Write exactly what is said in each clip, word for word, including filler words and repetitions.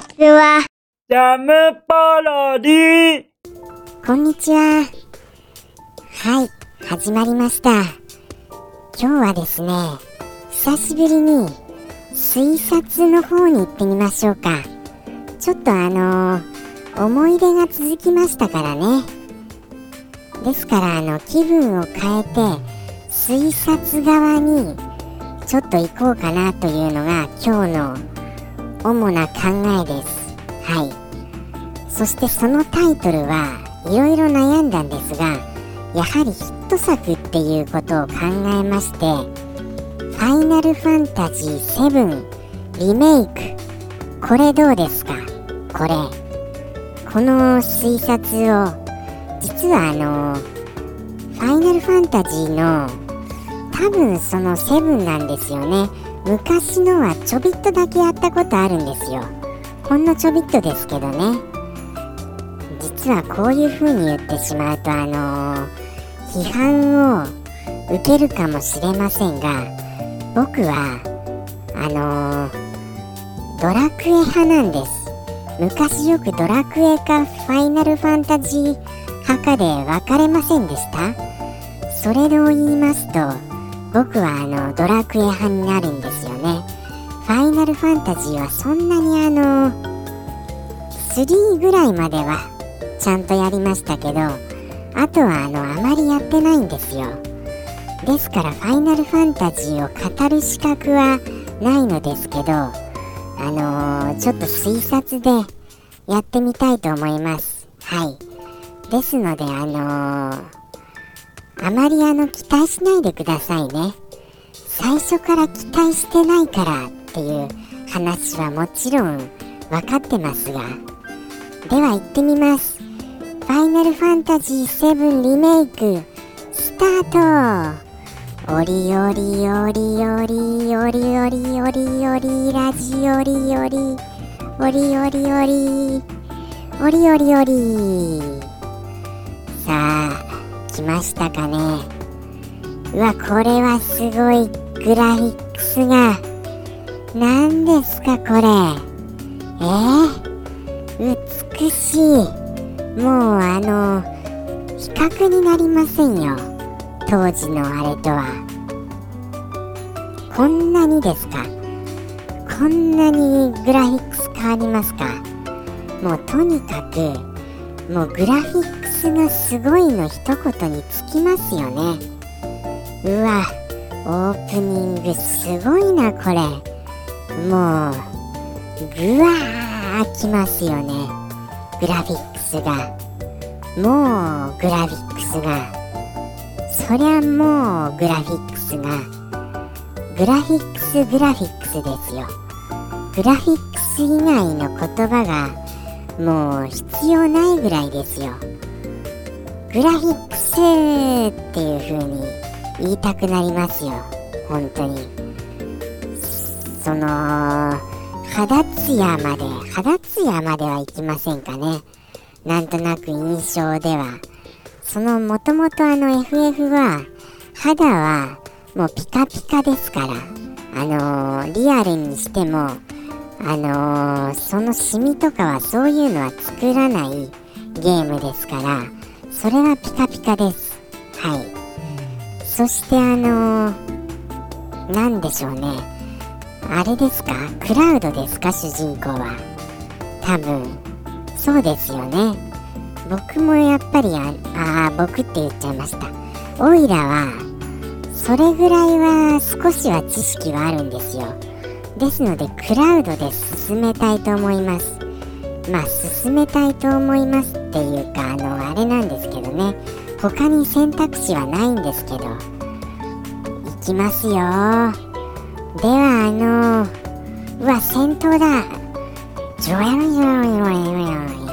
ちは。 ジャムパロディ。 こんにちは。はい、始まりました。今日はですね、久しぶりに推察の方に行ってみましょうか。ちょっとあのー、思い出が続きましたからね。ですからあの気分を変えて推察側にちょっと行こうかなというのが今日の主な考えです。はい。そしてそのタイトルはいろいろ悩んだんですが、やはりヒット作っていうことを考えまして、ファイナルファンタジーセブンリメイク、これどうですか？これこの推察を実はあのファイナルファンタジーの多分そのセブンなんですよね。昔のはちょびっとだけやったことあるんですよ。ほんのちょびっとですけどね。実はこういう風に言ってしまうとあのー、批判を受けるかもしれませんが、僕はあのー、ドラクエ派なんです。昔よくドラクエかファイナルファンタジー派かで分かれませんでした？それを言いますと、僕はあのドラクエ派になるんですよね。ファイナルファンタジーはそんなにあのスリーぐらいまではちゃんとやりましたけど、あとはあのあまりやってないんですよ。ですからファイナルファンタジーを語る資格はないのですけど、あのー、ちょっと推察でやってみたいと思います。はい。ですのであのー、あまりあの期待しないでくださいね。最初から期待してないからっていう話はもちろん分かってますが、では行ってみます。ファイナルファンタジーセブンリメイクスタート。オリオリオリオリオリオリオリオリラジオリオリオリオリオリオリオリオリ。さあ来ましたかね。うわ、これはすごいグラフィックスが。何ですかこれ。えー、美しい。もうあの比較になりませんよ、当時のあれとは。こんなにですか？こんなにグラフィックス変わりますか？もうとにかくもうグラフィックスがすごいの一言につきますよね。うわ、オープニングすごいなこれ。もうぐわーきますよね、グラフィックスが。もうグラフィックスがそりゃもうグラフィックスがグラフィックスグラフィックスですよ。グラフィックス以外の言葉がもう必要ないぐらいですよ。グラフィックスっていう風に言いたくなりますよ、本当に。その肌ツヤまで肌ツヤまではいきませんかね。なんとなく印象ではそのもともとあの エフエフ は肌はもうピカピカですから、あのー、リアルにしてもあのー、そのシミとかはそういうのは作らないゲームですから、それはピカピカです。はい。そしてあのー、なんでしょうね、あれですか、クラウドですか、主人公は。多分そうですよね。僕もやっぱりああ僕って言っちゃいました。オイラはそれぐらいは少しは知識はあるんですよ。ですのでクラウドで進めたいと思います。まあ進めたいと思いますっていうか、あのあれなんですけどね、他に選択肢はないんですけど、いきますよ。ではあのうわ戦闘だ。ジョヤジョヤジョヤジョヤ。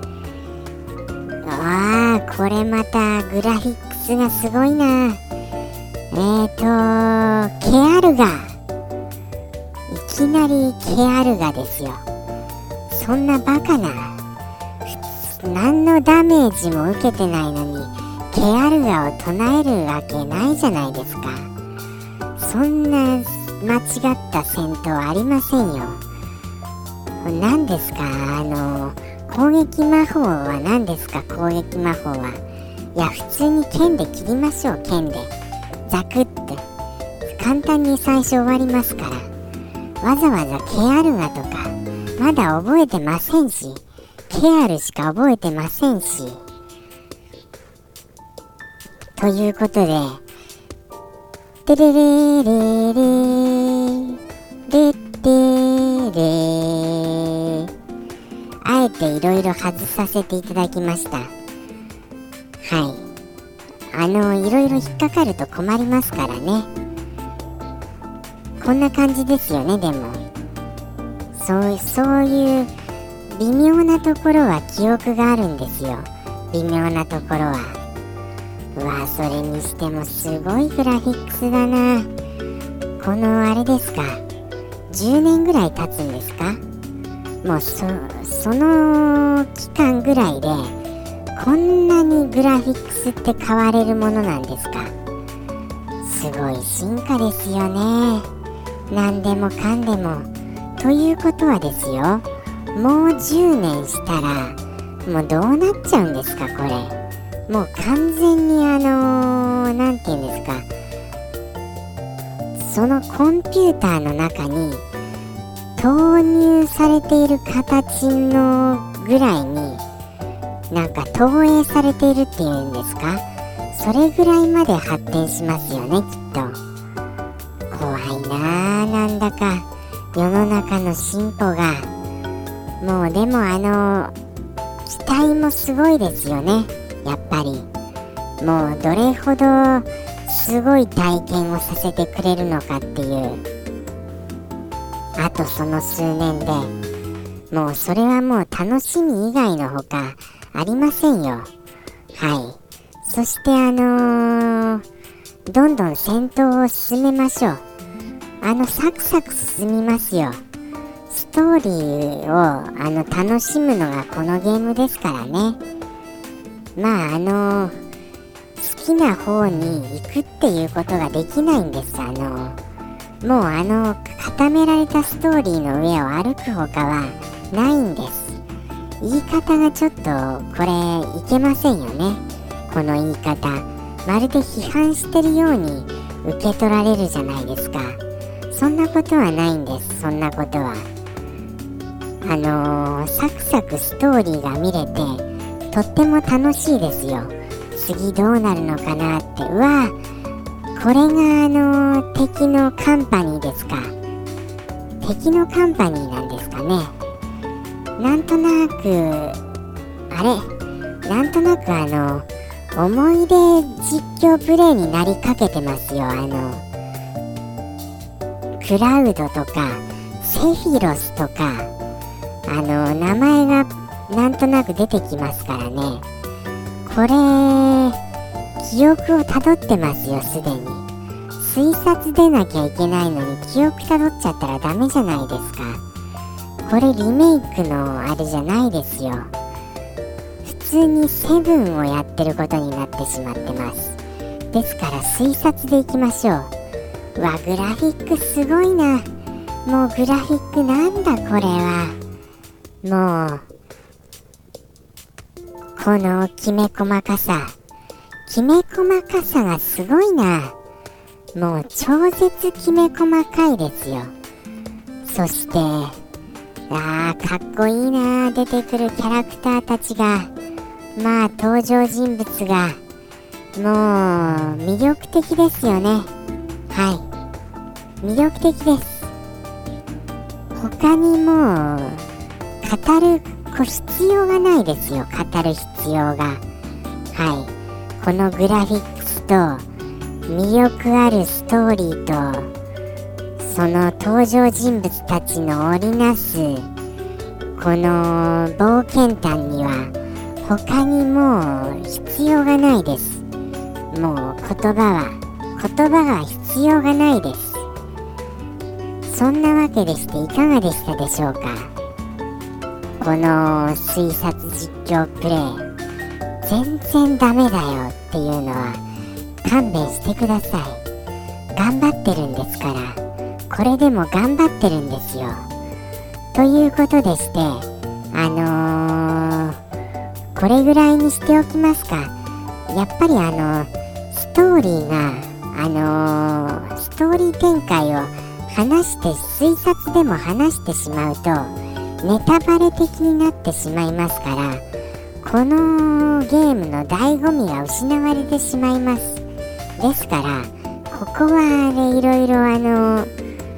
ああ、これまたグラフィックスがすごいな。えーとケアルガ、いきなりケアルガですよ。そんなバカな、何のダメージも受けてないのにケアルガを唱えるわけないじゃないですか。そんな間違った戦闘ありませんよ。 何ですか、あの攻撃魔法は何ですか、攻撃魔法は。いや、普通に剣で切りましょう。剣でザクッて簡単に最初終わりますから。わざわざケアルガとかまだ覚えてませんし、ケアルしか覚えてませんし、ということで、テレレレレレレレ、あえていろいろ外させていただきました。はい、あのいろいろ引っかかると困りますからね。こんな感じですよね。でもそうそういう微妙なところは記憶があるんですよ。微妙なところは。うわ、それにしてもすごいグラフィックスだな。このあれですか、じゅうねんぐらい経つんですか。もう そ, その期間ぐらいでこんなにグラフィックスって変われるものなんですか。すごい進化ですよね。何でもかんでも。ということはですよ、もうじゅうねんしたらもうどうなっちゃうんですか。これもう完全にあのー、なんて言うんですか、そのコンピューターの中に投入されている形のぐらいになんか投影されているっていうんですか、それぐらいまで発展しますよね、きっと。怖いなあ、なんだか世の中の進歩が。もうでもあの期待もすごいですよね、やっぱり。もうどれほどすごい体験をさせてくれるのかっていう。あとその数年でもうそれはもう楽しみ以外のほかありませんよ。はい。そしてあのー、どんどん戦闘を進めましょう。あのサクサク進みますよ。ストーリーをあの楽しむのがこのゲームですからね。まああのー、好きな方に行くっていうことができないんです。あのー、もうあの固められたストーリーの上を歩くほかはないんです。言い方がちょっとこれいけませんよね。この言い方まるで批判してるように受け取られるじゃないですか。そんなことはないんです。そんなことはあのー、サクサクストーリーが見れてとっても楽しいですよ。次どうなるのかなって。うわ、これがあのー、敵のカンパニーですか。敵のカンパニーなんですかね。なんとなくあれなんとなくあの思い出実況プレイになりかけてますよ。あのクラウドとかセフィロスとかあの名前がなんとなく出てきますからね。これ記憶をたどってますよ。すでに推察出なきゃいけないのに記憶たどっちゃったらダメじゃないですか。これリメイクのあれじゃないですよ。普通にセブンをやってることになってしまってます。ですから推察でいきましょう。うわ、グラフィックすごいな。もうグラフィックなんだこれは。もうこのきめ細かさきめ細かさがすごいな。もう超絶きめ細かいですよ。そしてあーかっこいいな。出てくるキャラクターたちが、まあ登場人物がもう魅力的ですよね。はい、魅力的です。他にもう語るこ必要がないですよ。語る必要が。はい、このグラフィックスと魅力あるストーリーとその登場人物たちの織りなすこの冒険譚には他にもう必要がないです。もう言葉は言葉が必要がないです。そんなわけでしていかがでしたでしょうか。この推察実況プレイ全然ダメだよっていうのは勘弁してください。頑張ってるんですから。これでも頑張ってるんですよ。 ということでして、あのー、これぐらいにしておきますか。やっぱりあのストーリーがあのー、ストーリー展開を話して推察でも話してしまうとネタバレ的になってしまいますから、このゲームの醍醐味が失われてしまいます。ですからここはね、いろいろあの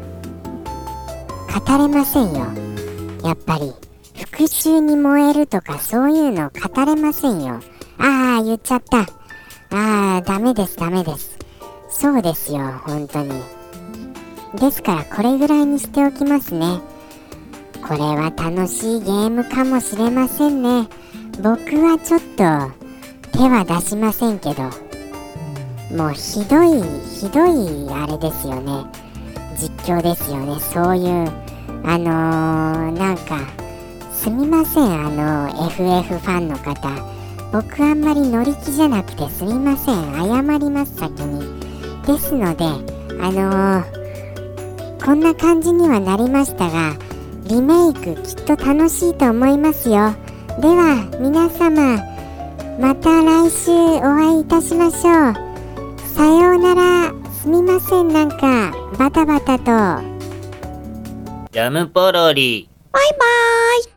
語れませんよ。やっぱり復讐に燃えるとかそういうの語れませんよ。ああ言っちゃった。ああダメですダメです。そうですよ本当に。ですからこれぐらいにしておきますね。これは楽しいゲームかもしれませんね。僕はちょっと手は出しませんけど、もうひどいひどいあれですよね。実況ですよね。そういうあのー、なんかすみません、あのー、エフエフ ファンの方、僕あんまり乗り気じゃなくてすみません。謝ります先に。ですのであのー、こんな感じにはなりましたが、リメイクきっと楽しいと思いますよ。では皆様、また来週お会いいたしましょう。さようなら。すみません、なんかバタバタと。 ジャムポロリ。 バイバーイ。